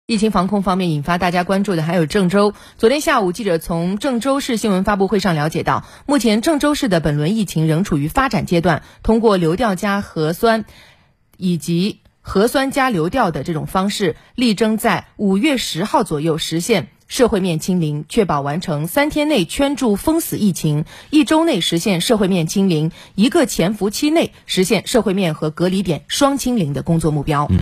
疫情防控方面引发大家关注的还有郑州。昨天下午，记者从郑州市新闻发布会上了解到，目前郑州市的本轮疫情仍处于发展阶段，通过流调加核酸以及核酸加流调的这种方式，力争在5月10号左右实现社会面清零，确保完成3天内圈住封死疫情，1周内实现社会面清零，1个潜伏期内实现社会面和隔离点双清零的工作目标。